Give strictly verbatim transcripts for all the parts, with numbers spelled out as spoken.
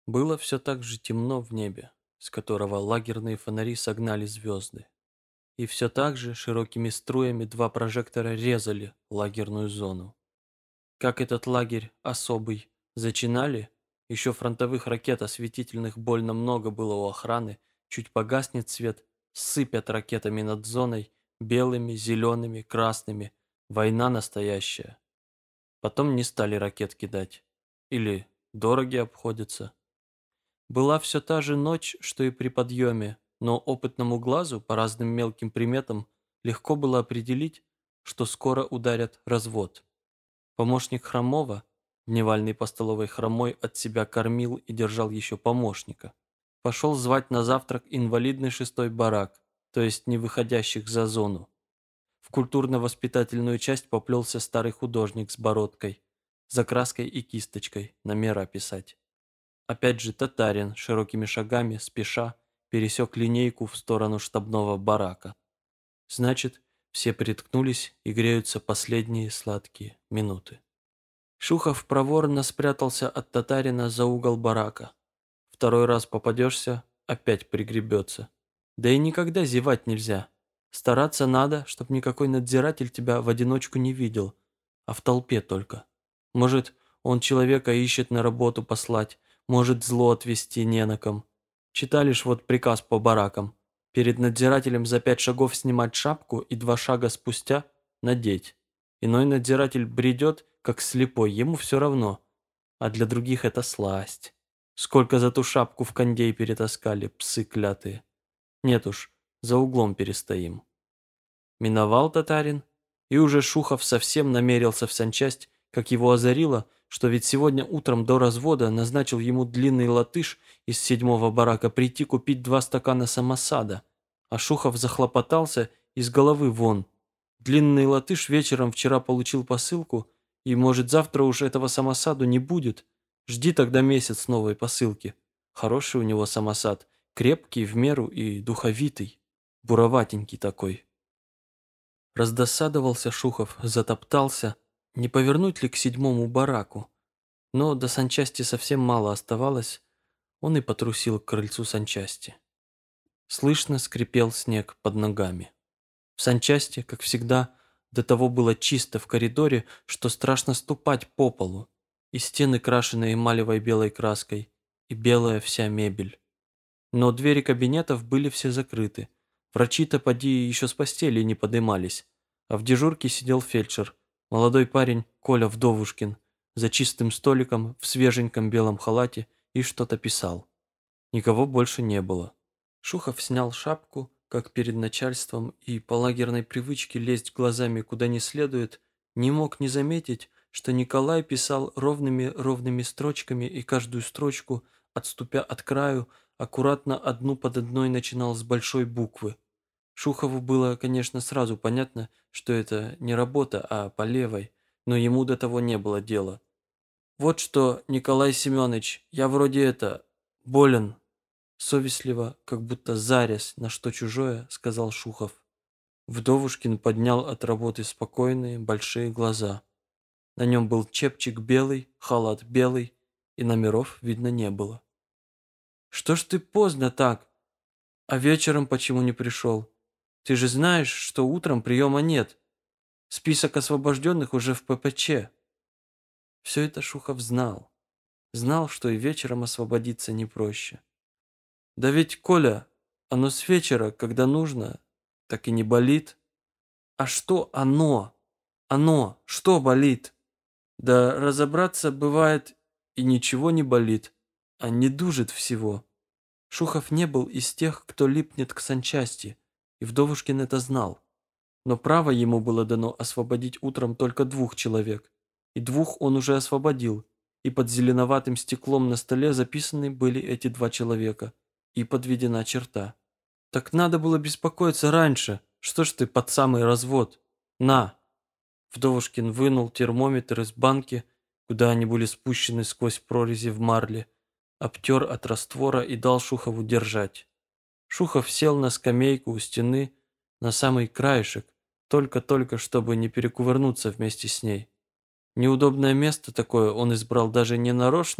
Было все так же темно в небе, с которого лагерные фонари согнали звезды. И все так же широкими струями два прожектора резали лагерную зону. Как этот лагерь особый зачинали, еще фронтовых ракет осветительных больно много было у охраны, чуть погаснет свет, сыпят ракетами над зоной, белыми, зелеными, красными. Война настоящая. Потом не стали ракет кидать. Или дороги обходятся. Была все та же ночь, что и при подъеме, но опытному глазу по разным мелким приметам легко было определить, что скоро ударят развод. Помощник Хромова, дневальный по столовой Хромой, от себя кормил и держал еще помощника. Пошел звать на завтрак инвалидный шестой барак, то есть не выходящих за зону. В культурно-воспитательную часть поплелся старый художник с бородкой, за краской и кисточкой, номера писать. Опять же татарин широкими шагами, спеша, пересек линейку в сторону штабного барака. Значит, все приткнулись и греются последние сладкие минуты. Шухов проворно спрятался от татарина за угол барака. Второй раз попадешься, опять пригребется. Да и никогда зевать нельзя. Стараться надо, чтоб никакой надзиратель тебя в одиночку не видел, а в толпе только. Может, он человека ищет на работу послать, может, зло отвести не на ком. Читали ж вот приказ по баракам. Перед надзирателем за пять шагов снимать шапку и два шага спустя надеть. Иной надзиратель бредет, как слепой, ему все равно. А для других это сласть. Сколько за ту шапку в кондей перетаскали, псы клятые. Нет уж, за углом перестоим. Миновал татарин, и уже Шухов совсем намерился в санчасть, как его озарило, что ведь сегодня утром до развода назначил ему длинный латыш из седьмого барака прийти купить два стакана самосада, а Шухов захлопотался из головы вон. Длинный латыш вечером вчера получил посылку, и, может, завтра уж этого самосаду не будет. Жди тогда месяц новой посылки. Хороший у него самосад, крепкий в меру и духовитый, буроватенький такой. Раздосадовался Шухов, затоптался, не повернуть ли к седьмому бараку. Но до санчасти совсем мало оставалось, он и потрусил к крыльцу санчасти. Слышно скрипел снег под ногами. В санчасти, как всегда, до того было чисто в коридоре, что страшно ступать по полу, и стены крашены эмалевой белой краской, и белая вся мебель. Но двери кабинетов были все закрыты. Врачи-то поди еще с постели не подымались. А в дежурке сидел фельдшер, молодой парень Коля Вдовушкин, за чистым столиком в свеженьком белом халате и что-то писал. Никого больше не было. Шухов снял шапку, как перед начальством, и по лагерной привычке лезть глазами куда не следует, не мог не заметить, что Николай писал ровными-ровными строчками и каждую строчку, отступя от краю, аккуратно одну под одной начинал с большой буквы. Шухову было, конечно, сразу понятно, что это не работа, а по левой, но ему до того не было дела. «Вот что, Николай Семенович, я вроде это... болен», совестливо, как будто зарясь на что чужое, сказал Шухов. Вдовушкин поднял от работы спокойные, большие глаза. На нем был чепчик белый, халат белый, и номеров видно не было. «Что ж ты поздно так? А вечером почему не пришел? Ты же знаешь, что утром приема нет. Список освобожденных уже в ППЧ». Все это Шухов знал. Знал, что и вечером освободиться не проще. «Да ведь, Коля, оно с вечера, когда нужно, так и не болит». «А что оно? Оно, что болит?» «Да разобраться бывает и ничего не болит, а не дужит всего». Шухов не был из тех, кто липнет к санчасти, и Вдовушкин это знал. Но право ему было дано освободить утром только двух человек, и двух он уже освободил, и под зеленоватым стеклом на столе записаны были эти два человека, и подведена черта. «Так надо было беспокоиться раньше, что ж ты под самый развод? На!» Вдовушкин вынул термометр из банки, куда они были спущены сквозь прорези в марле, обтер от раствора и дал Шухову держать. Шухов сел на скамейку у стены, на самый краешек, только-только, чтобы не перекувырнуться вместе с ней. Неудобное место такое он избрал даже не нарочно,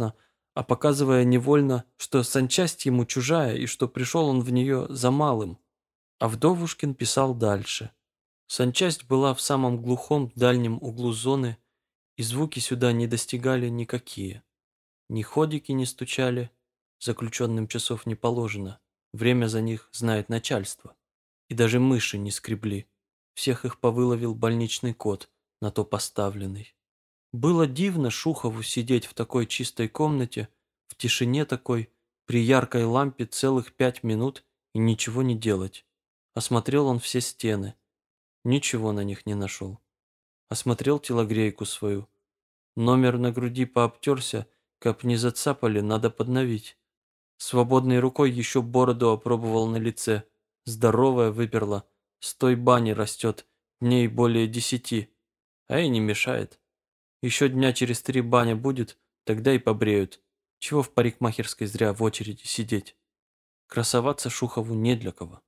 а показывая невольно, что санчасть ему чужая и что пришел он в нее за малым. А Вдовушкин писал дальше. Санчасть была в самом глухом дальнем углу зоны, и звуки сюда не достигали никакие. Ни ходики не стучали, заключенным часов не положено, время за них знает начальство. И даже мыши не скребли, всех их повыловил больничный кот, на то поставленный. Было дивно Шухову сидеть в такой чистой комнате, в тишине такой, при яркой лампе целых пять минут и ничего не делать. Осмотрел он все стены, ничего на них не нашел. Осмотрел телогрейку свою. Номер на груди пообтерся, как не зацапали, надо подновить. Свободной рукой еще бороду опробовал на лице. Здоровая выперла, с той бани растет, дней более десяти. А и не мешает. Еще дня через три баня будет, тогда и побреют. Чего в парикмахерской зря в очереди сидеть? Красоваться Шухову не для кого.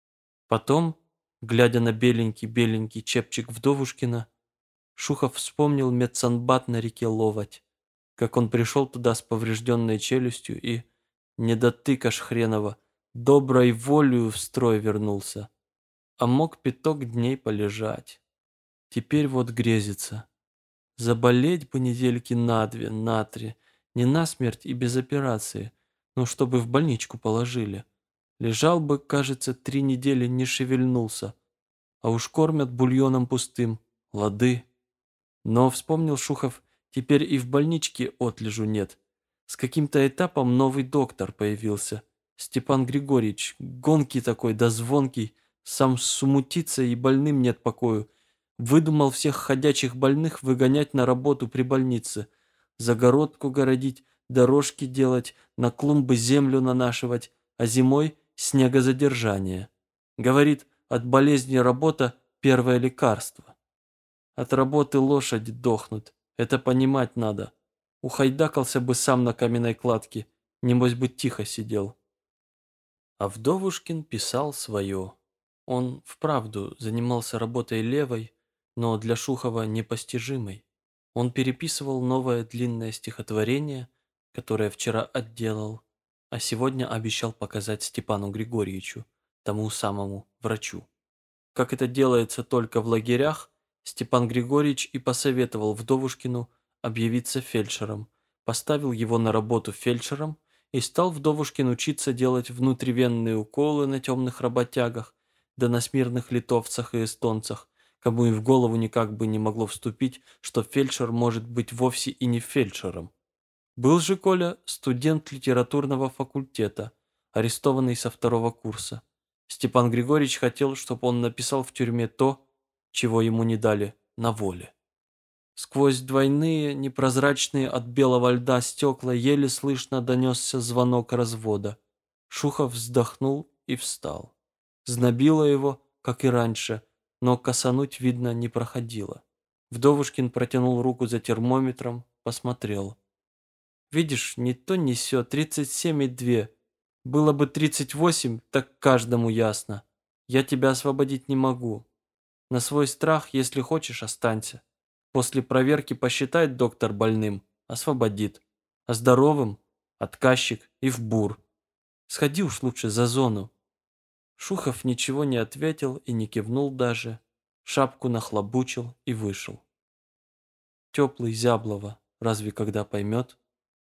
Потом, глядя на беленький-беленький чепчик Вдовушкина, Шухов вспомнил медсанбат на реке Ловать, как он пришел туда с поврежденной челюстью и, не дотыкаш хренова, доброй волею в строй вернулся. А мог пяток дней полежать. Теперь вот грезится. Заболеть бы недельки на две, на три, не насмерть и без операции, но чтобы в больничку положили. Лежал бы, кажется, три недели не шевельнулся, а уж кормят бульоном пустым, лады. Но, вспомнил Шухов, теперь и в больничке отлежу нет. С каким-то этапом новый доктор появился. Степан Григорьевич, гонкий такой, да звонкий, сам сумутится и больным нет покою. Выдумал всех ходячих больных выгонять на работу при больнице. Загородку городить, дорожки делать, на клумбы землю нанашивать, а зимой снегозадержание. Говорит, от болезни работа – первое лекарство. От работы лошади дохнут, это понимать надо. Ухайдакался бы сам на каменной кладке, небось бы тихо сидел. А Вдовушкин писал свое. Он вправду занимался работой левой, но для Шухова непостижимой. Он переписывал новое длинное стихотворение, которое вчера отделал, а сегодня обещал показать Степану Григорьевичу, тому самому врачу. Как это делается только в лагерях, Степан Григорьевич и посоветовал Вдовушкину объявиться фельдшером, поставил его на работу фельдшером и стал Вдовушкин учиться делать внутривенные уколы на темных работягах, да на смирных литовцах и эстонцах, кому и в голову никак бы не могло вступить, что фельдшер может быть вовсе и не фельдшером. Был же Коля студент литературного факультета, арестованный со второго курса. Степан Григорьевич хотел, чтобы он написал в тюрьме то, чего ему не дали на воле. Сквозь двойные, непрозрачные от белого льда стекла еле слышно донесся звонок развода. Шухов вздохнул и встал. Знобило его, как и раньше, но косануть, видно, не проходило. Вдовушкин протянул руку за термометром, посмотрел. «Видишь, не то не сё, тридцать семь и две. Было бы тридцать восемь, так каждому ясно. Я тебя освободить не могу. На свой страх, если хочешь, останься. После проверки посчитает доктор больным, освободит. А здоровым – отказчик и в бур. Сходи уж лучше за зону». Шухов ничего не ответил и не кивнул даже. Шапку нахлобучил и вышел. Теплый Зяблова, разве когда поймет?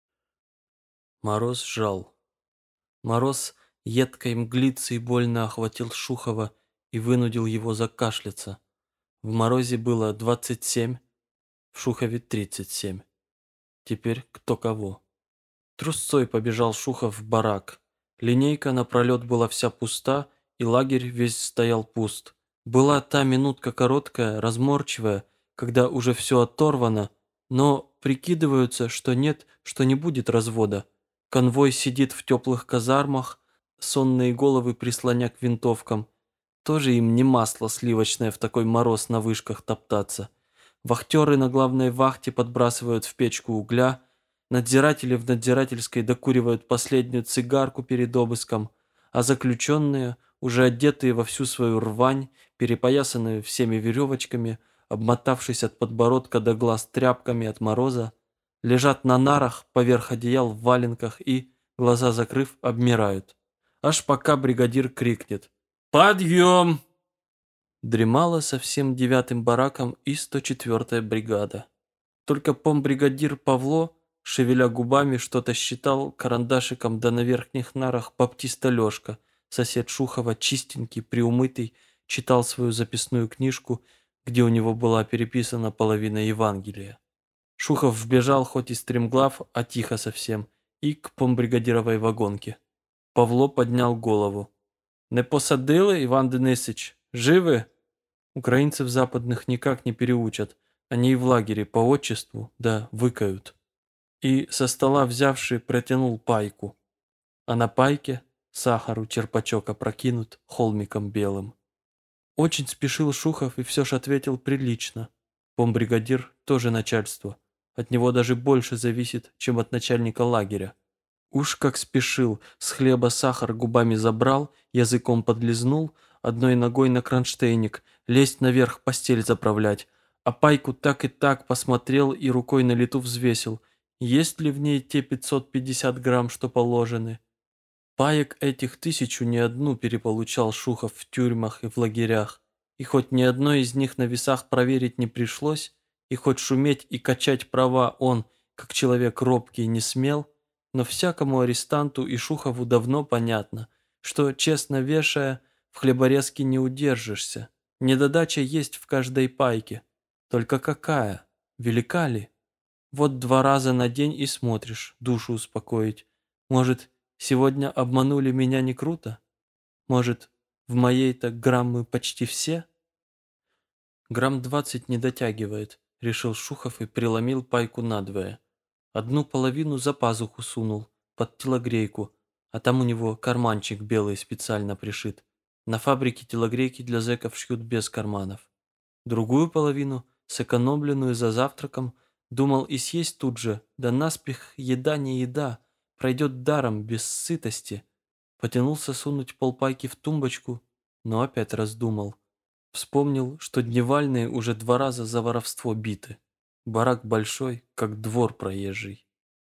Мороз жал. Мороз едкой мглицей больно охватил Шухова и вынудил его закашляться. В морозе было двадцать семь, в Шухове тридцать семь. Теперь кто кого. Трусцой побежал Шухов в барак. Линейка напролет была вся пуста, и лагерь весь стоял пуст. Была та минутка короткая, разморчивая, когда уже все оторвано, но прикидываются, что нет, что не будет развода. Конвой сидит в теплых казармах, сонные головы прислоня к винтовкам. Тоже им не масло сливочное в такой мороз на вышках топтаться. Вахтеры на главной вахте подбрасывают в печку угля, надзиратели в надзирательской докуривают последнюю цигарку перед обыском, а заключенные, уже одетые во всю свою рвань, перепоясанные всеми веревочками, обмотавшись от подбородка до глаз тряпками от мороза, Лежат на нарах, поверх одеял в валенках и, глаза закрыв, обмирают. Аж пока бригадир крикнет «Подъем!». Дремала со всем девятым бараком и сто четвёртая бригада. Только помбригадир Павло, шевеля губами, что-то считал карандашиком, да на верхних нарах баптиста Лёшка, сосед Шухова, чистенький, приумытый, читал свою записную книжку, где у него была переписана половина Евангелия. Шухов вбежал хоть и стремглав, а тихо совсем, и к помбригадировой вагонке. Павло поднял голову. «Не посадили, Иван Денисыч? Живы?» Украинцев западных никак не переучат. Они и в лагере по отчеству, да, выкают. И со стола взявший протянул пайку. А на пайке сахару черпачок опрокинут холмиком белым. Очень спешил Шухов и все ж ответил прилично. Помбригадир тоже начальство. От него даже больше зависит, чем от начальника лагеря. Уж как спешил, с хлеба сахар губами забрал, языком подлизнул, одной ногой на кронштейник, лезть наверх постель заправлять, а пайку так и так посмотрел и рукой на лету взвесил, есть ли в ней те пятьсот пятьдесят грамм, что положены. Паек этих тысячу не одну переполучал Шухов в тюрьмах и в лагерях, и хоть ни одной из них на весах проверить не пришлось, и хоть шуметь и качать права он, как человек робкий, не смел, но всякому арестанту и Шухову давно понятно, что, честно вешая, в хлеборезке не удержишься. Недодача есть в каждой пайке. Только какая? Велика ли? Вот два раза на день и смотришь, душу успокоить. Может, сегодня обманули меня не круто? Может, в моей-то граммы почти все? Грамм двадцать не дотягивает, решил Шухов и преломил пайку надвое. Одну половину за пазуху сунул, под телогрейку, а там у него карманчик белый специально пришит. На фабрике телогрейки для зэков шьют без карманов. Другую половину, сэкономленную за завтраком, думал и съесть тут же, да наспех еда не еда, пройдет даром, без сытости. Потянулся сунуть полпайки в тумбочку, но опять раздумал. Вспомнил, что дневальные уже два раза за воровство биты. Барак большой, как двор проезжий.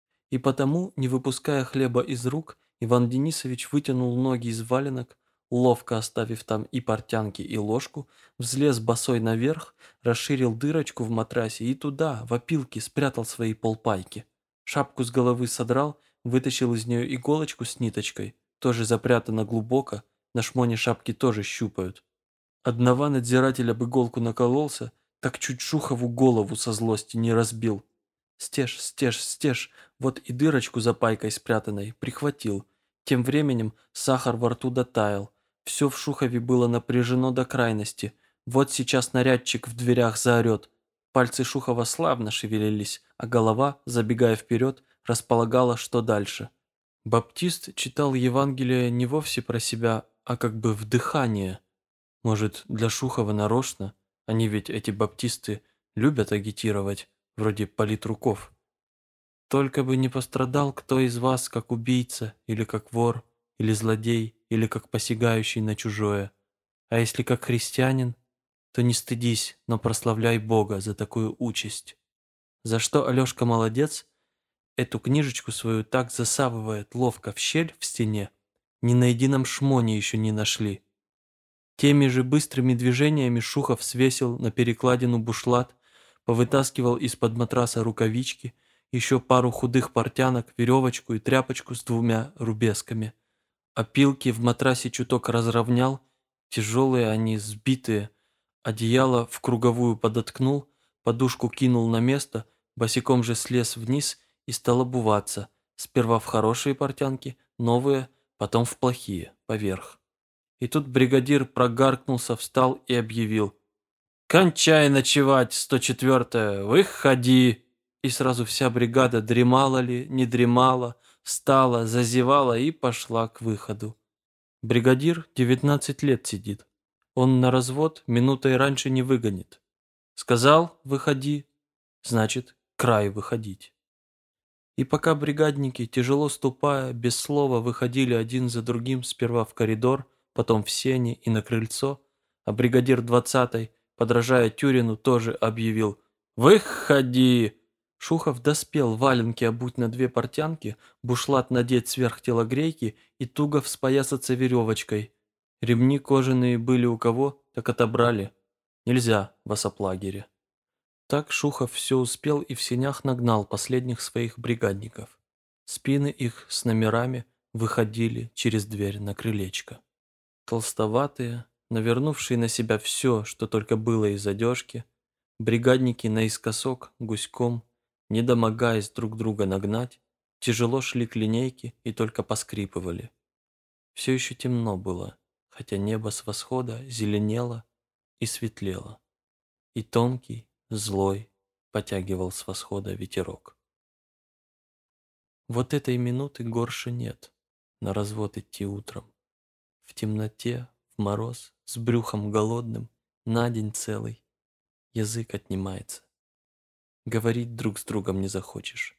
И потому, не выпуская хлеба из рук, Иван Денисович вытянул ноги из валенок, ловко оставив там и портянки, и ложку, взлез босой наверх, расширил дырочку в матрасе и туда, в опилки, спрятал свои полпайки. Шапку с головы содрал, вытащил из нее иголочку с ниточкой, тоже запрятана глубоко, на шмоне шапки тоже щупают. Одного надзиратель об иголку накололся, так чуть Шухову голову со злости не разбил. Стеж, стеж, стеж, вот и дырочку за пайкой спрятанной прихватил. Тем временем сахар во рту дотаял. Все в Шухове было напряжено до крайности. Вот сейчас нарядчик в дверях заорет. Пальцы Шухова славно шевелились, а голова, забегая вперед, располагала, что дальше. Баптист читал Евангелие не вовсе про себя, а как бы вдыхание. Может, для Шухова нарочно? Они ведь, эти баптисты, любят агитировать, вроде политруков. Только бы не пострадал кто из вас, как убийца, или как вор, или злодей, или как посягающий на чужое. А если как христианин, то не стыдись, но прославляй Бога за такую участь. За что Алешка молодец, эту книжечку свою так засовывает ловко в щель в стене, ни на едином шмоне еще не нашли. Теми же быстрыми движениями Шухов свесил на перекладину бушлат, повытаскивал из-под матраса рукавички, еще пару худых портянок, веревочку и тряпочку с двумя рубесками. Опилки в матрасе чуток разровнял, тяжелые они, сбитые. Одеяло в круговую подоткнул, подушку кинул на место, босиком же слез вниз и стал обуваться, сперва в хорошие портянки, новые, потом в плохие, поверх. И тут бригадир прогаркнулся, встал и объявил: «Кончай ночевать, сто четвёртая, выходи!» И сразу вся бригада, дремала ли, не дремала, встала, зазевала и пошла к выходу. Бригадир девятнадцать лет сидит. Он на развод минутой раньше не выгонит. Сказал «выходи», значит край выходить. И пока бригадники, тяжело ступая, без слова выходили один за другим сперва в коридор, потом в сени и на крыльцо, а бригадир двадцатой, подражая Тюрину, тоже объявил «Выходи!». Шухов доспел валенки обуть на две портянки, бушлат надеть сверх телогрейки и туго вспоясаться веревочкой. Ремни кожаные были у кого, так отобрали. Нельзя в осоплагере. Так Шухов все успел и в сенях нагнал последних своих бригадников. Спины их с номерами выходили через дверь на крылечко. Толстоватые, навернувшие на себя все, что только было из одежки, бригадники наискосок, гуськом, не домогаясь друг друга нагнать, тяжело шли к линейке и только поскрипывали. Все еще темно было, хотя небо с восхода зеленело и светлело, и тонкий, злой потягивал с восхода ветерок. Вот этой минуты горше нет на развод идти утром. В темноте, в мороз, с брюхом голодным, на день целый, язык отнимается. Говорить друг с другом не захочешь.